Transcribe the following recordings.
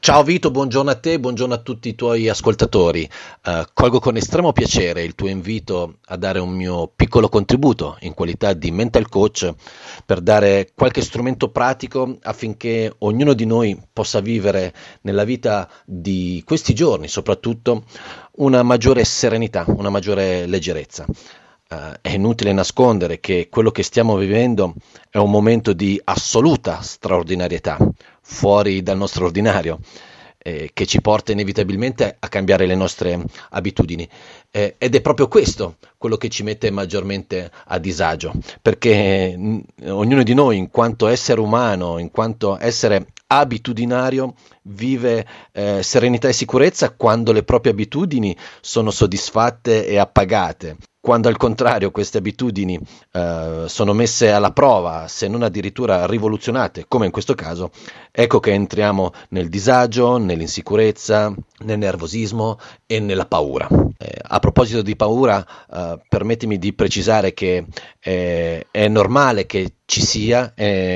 Ciao Vito, buongiorno a te, buongiorno a tutti i tuoi ascoltatori. Colgo con estremo piacere il tuo invito a dare un mio piccolo contributo in qualità di mental coach per dare qualche strumento pratico affinché ognuno di noi possa vivere nella vita di questi giorni, soprattutto, una maggiore serenità, una maggiore leggerezza. È inutile nascondere che quello che stiamo vivendo è un momento di assoluta straordinarietà, fuori dal nostro ordinario, che ci porta inevitabilmente a cambiare le nostre abitudini. Ed è proprio questo quello che ci mette maggiormente a disagio, perché ognuno di noi, in quanto essere umano, in quanto essere abitudinario, vive serenità e sicurezza quando le proprie abitudini sono soddisfatte e appagate. Quando al contrario queste abitudini sono messe alla prova, se non addirittura rivoluzionate, come in questo caso, ecco che entriamo nel disagio, nell'insicurezza, nel nervosismo e nella paura. A proposito di paura, permettimi di precisare che è normale che ci sia,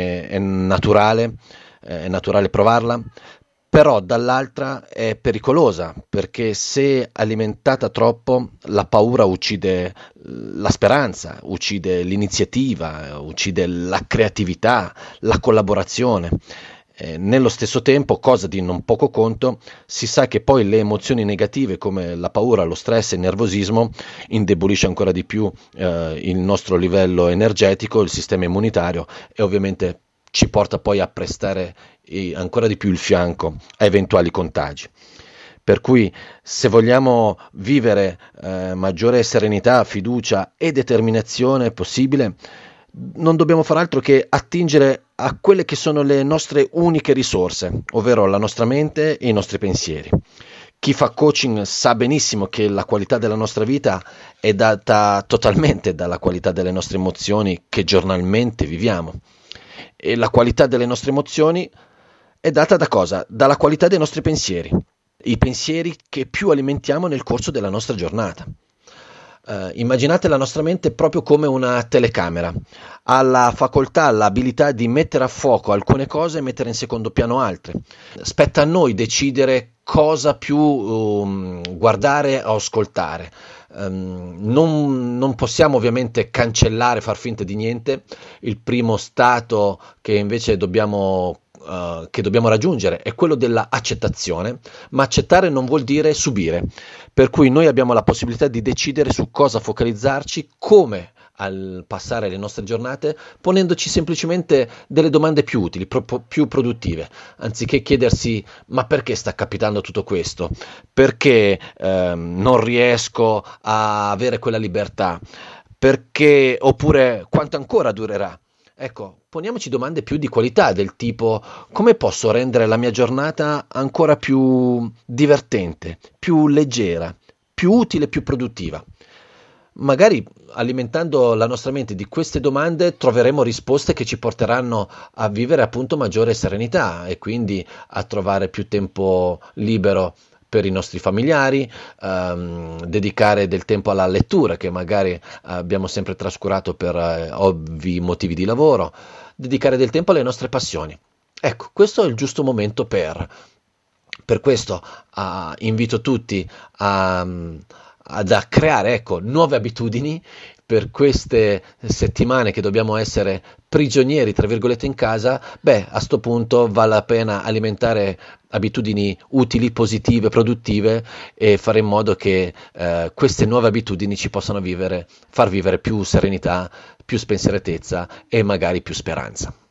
è naturale provarla, però dall'altra è pericolosa perché se alimentata troppo la paura uccide la speranza, uccide l'iniziativa, uccide la creatività, la collaborazione. Nello stesso tempo, cosa di non poco conto, si sa che poi le emozioni negative come la paura, lo stress e il nervosismo indebolisce ancora di più il nostro livello energetico, il sistema immunitario e ovviamente ci porta poi a prestare ancora di più il fianco a eventuali contagi. Per cui se vogliamo vivere maggiore serenità, fiducia e determinazione possibile, non dobbiamo far altro che attingere a quelle che sono le nostre uniche risorse, ovvero la nostra mente e i nostri pensieri. Chi fa coaching sa benissimo che la qualità della nostra vita è data totalmente dalla qualità delle nostre emozioni che giornalmente viviamo. E la qualità delle nostre emozioni è data da cosa? Dalla qualità dei nostri pensieri, i pensieri che più alimentiamo nel corso della nostra giornata. Immaginate la nostra mente proprio come una telecamera, ha la facoltà, l'abilità di mettere a fuoco alcune cose e mettere in secondo piano altre. Spetta a noi decidere cosa più guardare o ascoltare. Non possiamo ovviamente cancellare, far finta di niente. Il primo stato che invece dobbiamo raggiungere è quello della accettazione, ma accettare non vuol dire subire, per cui noi abbiamo la possibilità di decidere su cosa focalizzarci, come al passare le nostre giornate, ponendoci semplicemente delle domande più utili, più produttive, anziché chiedersi ma perché sta capitando tutto questo, perché non riesco a avere quella libertà, perché oppure quanto ancora durerà. Ecco, poniamoci domande più di qualità del tipo come posso rendere la mia giornata ancora più divertente, più leggera, più utile, più produttiva. Magari alimentando la nostra mente di queste domande troveremo risposte che ci porteranno a vivere appunto maggiore serenità e quindi a trovare più tempo libero per i nostri familiari, dedicare del tempo alla lettura che magari abbiamo sempre trascurato per ovvi motivi di lavoro, dedicare del tempo alle nostre passioni. Ecco, questo è il giusto momento per questo invito tutti a creare ecco, nuove abitudini per queste settimane che dobbiamo essere prigionieri, tra virgolette, in casa. Beh, a sto punto vale la pena alimentare abitudini utili, positive, produttive e fare in modo che queste nuove abitudini ci possano far vivere più serenità, più spensieratezza e magari più speranza.